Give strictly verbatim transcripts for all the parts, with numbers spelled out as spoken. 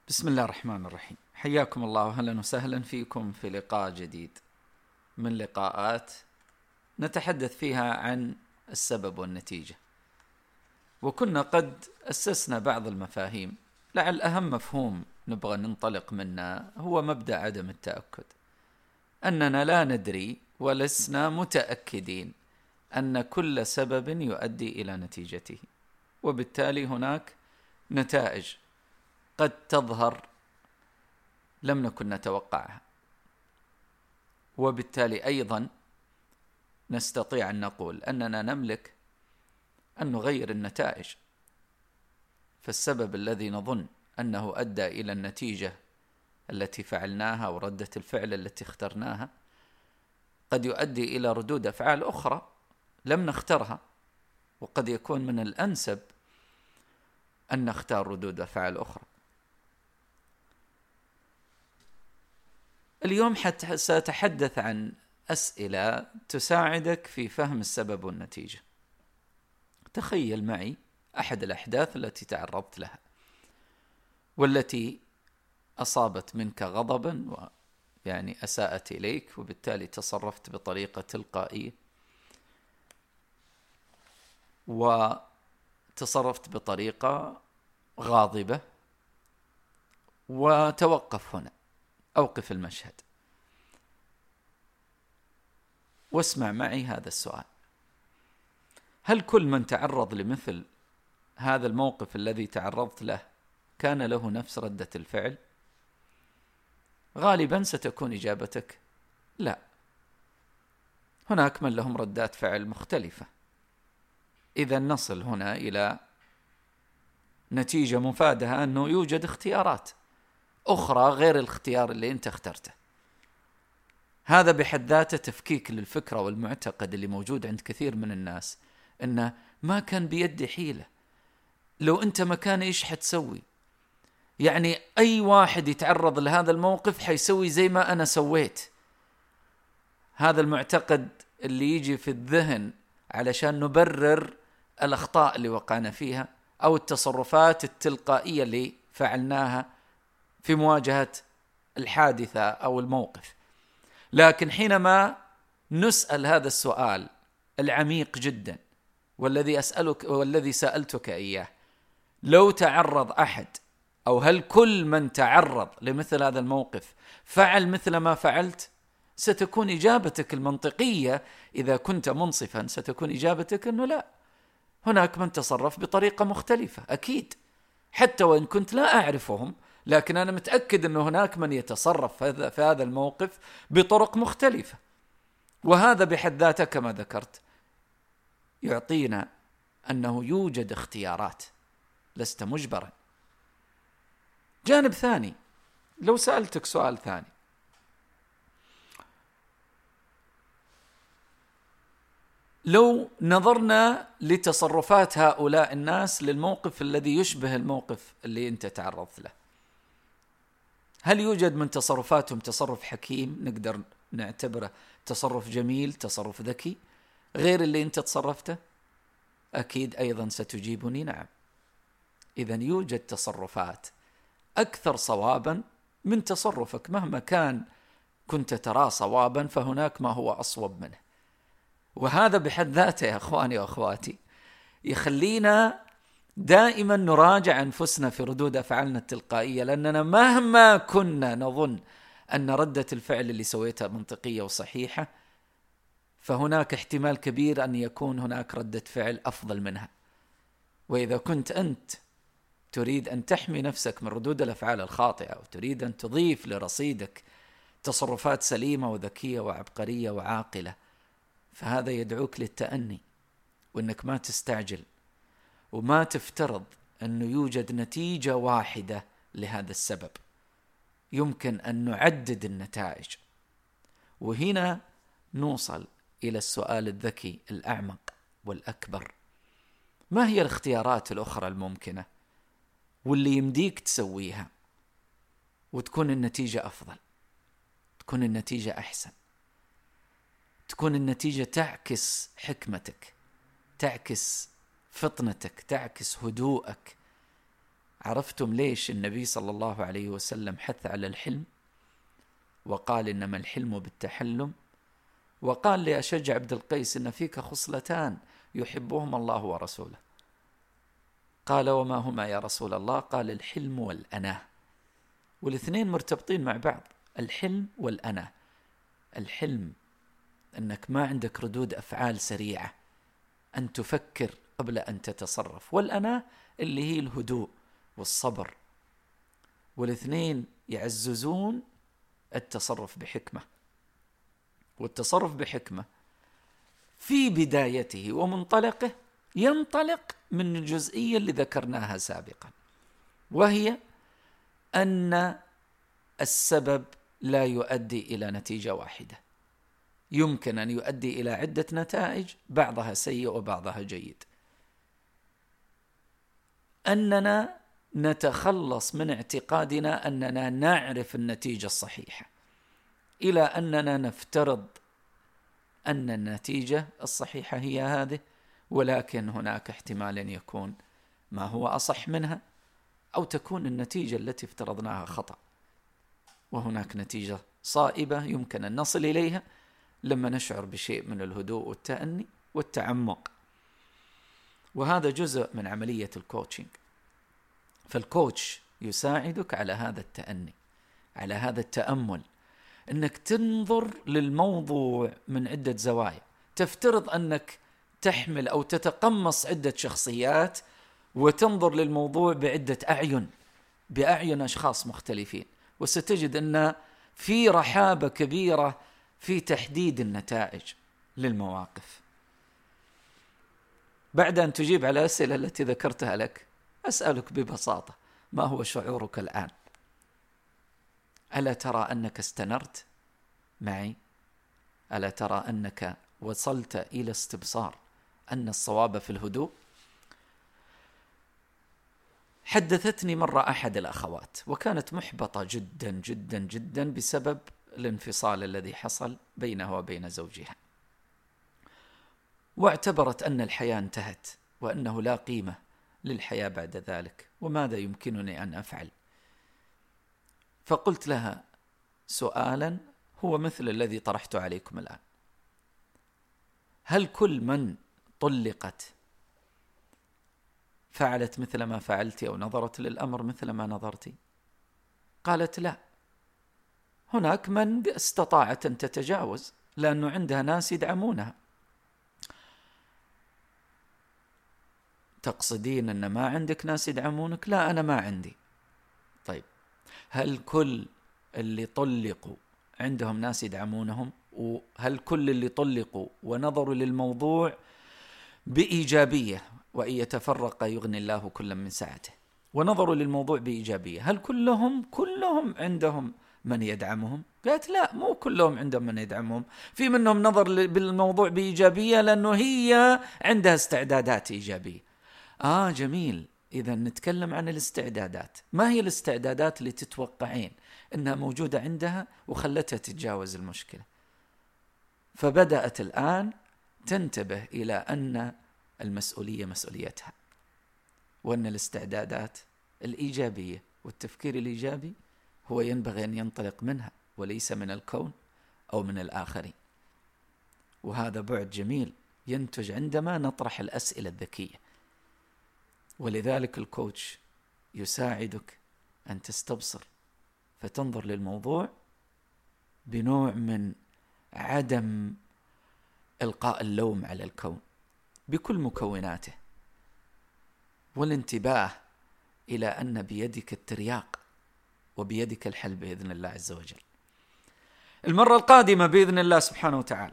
بسم الله الرحمن الرحيم. حياكم الله وأهلا وسهلا فيكم في لقاء جديد من لقاءات نتحدث فيها عن السبب والنتيجة. وكنا قد أسسنا بعض المفاهيم، لعل أهم مفهوم نبغى ننطلق منه هو مبدأ عدم التأكد، أننا لا ندري ولسنا متأكدين أن كل سبب يؤدي إلى نتيجته، وبالتالي هناك نتائج قد تظهر لم نكن نتوقعها، وبالتالي أيضا نستطيع أن نقول أننا نملك أن نغير النتائج. فالسبب الذي نظن أنه أدى إلى النتيجة التي فعلناها وردة الفعل التي اخترناها قد يؤدي إلى ردود أفعال أخرى لم نخترها، وقد يكون من الأنسب أن نختار ردود أفعال أخرى. اليوم حتى سأتحدث عن أسئلة تساعدك في فهم السبب والنتيجة. تخيل معي أحد الأحداث التي تعرضت لها والتي أصابت منك غضبا ويعني أساءت إليك، وبالتالي تصرفت بطريقة تلقائية وتصرفت بطريقة غاضبة. وتوقف هنا، أوقف المشهد واسمع معي هذا السؤال: هل كل من تعرض لمثل هذا الموقف الذي تعرضت له كان له نفس ردة الفعل؟ غالبا ستكون إجابتك لا، هناك من لهم ردات فعل مختلفة. إذا نصل هنا إلى نتيجة مفادة أنه يوجد اختيارات أخرى غير الاختيار اللي أنت اخترته. هذا بحد ذاته تفكيك للفكرة والمعتقد اللي موجود عند كثير من الناس، إنه ما كان بيدي حيلة، لو أنت مكاني إيش حتسوي؟ يعني أي واحد يتعرض لهذا الموقف حيسوي زي ما أنا سويت. هذا المعتقد اللي يجي في الذهن علشان نبرر الأخطاء اللي وقعنا فيها أو التصرفات التلقائية اللي فعلناها في مواجهة الحادثة أو الموقف. لكن حينما نسأل هذا السؤال العميق جدا والذي أسألك والذي سألتك إياه، لو تعرض أحد أو هل كل من تعرض لمثل هذا الموقف فعل مثل ما فعلت؟ ستكون إجابتك المنطقية إذا كنت منصفا ستكون إجابتك أنه لا، هناك من تصرف بطريقة مختلفة أكيد، حتى وإن كنت لا أعرفهم، لكن أنا متأكد أن هناك من يتصرف في هذا الموقف بطرق مختلفة. وهذا بحد ذاته كما ذكرت يعطينا أنه يوجد اختيارات، لست مجبرا. جانب ثاني، لو سألتك سؤال ثاني: لو نظرنا لتصرفات هؤلاء الناس للموقف الذي يشبه الموقف اللي أنت تعرضت له، هل يوجد من تصرفاتهم تصرف حكيم نقدر نعتبره تصرف جميل، تصرف ذكي، غير اللي أنت تصرفته؟ أكيد أيضا ستجيبني نعم. إذن يوجد تصرفات أكثر صوابا من تصرفك، مهما كان كنت ترى صوابا فهناك ما هو أصوب منه. وهذا بحد ذاته يا أخواني وأخواتي يخلينا دائما نراجع أنفسنا في ردود أفعالنا التلقائية، لأننا مهما كنا نظن أن ردة الفعل اللي سويتها منطقية وصحيحة فهناك احتمال كبير أن يكون هناك ردة فعل أفضل منها. وإذا كنت أنت تريد أن تحمي نفسك من ردود الأفعال الخاطئة وتريد أن تضيف لرصيدك تصرفات سليمة وذكية وعبقرية وعاقلة، فهذا يدعوك للتأني، وأنك ما تستعجل وما تفترض أنه يوجد نتيجة واحدة لهذا السبب. يمكن أن نعدد النتائج، وهنا نوصل إلى السؤال الذكي الأعمق والأكبر: ما هي الاختيارات الأخرى الممكنة واللي يمديك تسويها وتكون النتيجة أفضل، تكون النتيجة أحسن، تكون النتيجة تعكس حكمتك، تعكس فطنتك، تعكس هدوءك، عرفتم ليش النبي صلى الله عليه وسلم حث على الحلم وقال إنما الحلم بالتحلم، وقال لأشج عبد القيس إن فيك خصلتان يحبهما الله ورسوله. قال وما هما يا رسول الله؟ قال الحلم والأناة، والاثنين مرتبطين مع بعض، الحلم والأناة. الحلم أنك ما عندك ردود أفعال سريعة، أن تفكر قبل أن تتصرف، والأناة اللي هي الهدوء والصبر، والاثنين يعززون التصرف بحكمة. والتصرف بحكمة في بدايته ومنطلقه ينطلق من الجزئية اللي ذكرناها سابقا، وهي أن السبب لا يؤدي إلى نتيجة واحدة، يمكن أن يؤدي إلى عدة نتائج، بعضها سيء وبعضها جيد. أننا نتخلص من اعتقادنا أننا نعرف النتيجة الصحيحة إلى أننا نفترض أن النتيجة الصحيحة هي هذه، ولكن هناك احتمال أن يكون ما هو أصح منها، أو تكون النتيجة التي افترضناها خطأ، وهناك نتيجة صائبة يمكن أن نصل إليها لما نشعر بشيء من الهدوء والتأني والتعمق. وهذا جزء من عملية الكوتشنج. فالكوتش يساعدك على هذا التأني، على هذا التأمل، أنك تنظر للموضوع من عدة زوايا، تفترض أنك تحمل أو تتقمص عدة شخصيات وتنظر للموضوع بعدة أعين، بأعين أشخاص مختلفين، وستجد أن في رحابة كبيرة في تحديد النتائج للمواقف. بعد أن تجيب على الأسئلة التي ذكرتها لك، أسألك ببساطة: ما هو شعورك الآن؟ ألا ترى أنك استنرت معي؟ ألا ترى أنك وصلت إلى استبصار أن الصواب في الهدوء؟ حدثتني مرة أحد الأخوات وكانت محبطة جدا جدا جدا بسبب الانفصال الذي حصل بينها وبين زوجها، واعتبرت أن الحياة انتهت وأنه لا قيمة للحياة بعد ذلك، وماذا يمكنني أن أفعل؟ فقلت لها سؤالا هو مثل الذي طرحته عليكم الآن: هل كل من طلقت فعلت مثل ما فعلت أو نظرت للأمر مثل ما نظرتي؟ قالت لا، هناك من استطاعت أن تتجاوز لأنه عندها ناس يدعمونها. تقصدين أن ما عندك ناس يدعمونك؟ لا، أنا ما عندي. طيب، هل كل اللي طلقوا عندهم ناس يدعمونهم؟ وهل كل اللي طلقوا ونظروا للموضوع بإيجابية، وإن يتفرق يغني الله كلا من سعته، ونظروا للموضوع بإيجابية، هل كلهم كلهم عندهم من يدعمهم؟ قالت لا، مو كلهم عندهم من يدعمهم، في منهم نظر بالموضوع بإيجابية لأنه هي عندها استعدادات إيجابية. آه جميل، إذا نتكلم عن الاستعدادات. ما هي الاستعدادات اللي تتوقعين أنها موجودة عندها وخلتها تتجاوز المشكلة؟ فبدأت الآن تنتبه إلى أن المسؤولية مسؤوليتها، وأن الاستعدادات الإيجابية والتفكير الإيجابي هو ينبغي أن ينطلق منها وليس من الكون أو من الآخرين. وهذا بعد جميل ينتج عندما نطرح الأسئلة الذكية. ولذلك الكوتش يساعدك أن تستبصر فتنظر للموضوع بنوع من عدم إلقاء اللوم على الكون بكل مكوناته، والانتباه إلى أن بيدك الترياق وبيدك الحل بإذن الله عز وجل. المرة القادمة بإذن الله سبحانه وتعالى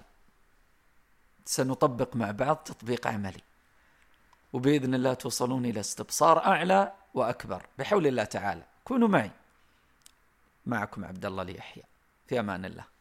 سنطبق مع بعض تطبيق عملي، وبإذن الله توصلون إلى استبصار أعلى وأكبر بحول الله تعالى. كونوا معي. معكم عبد الله ليحيى، في أمان الله.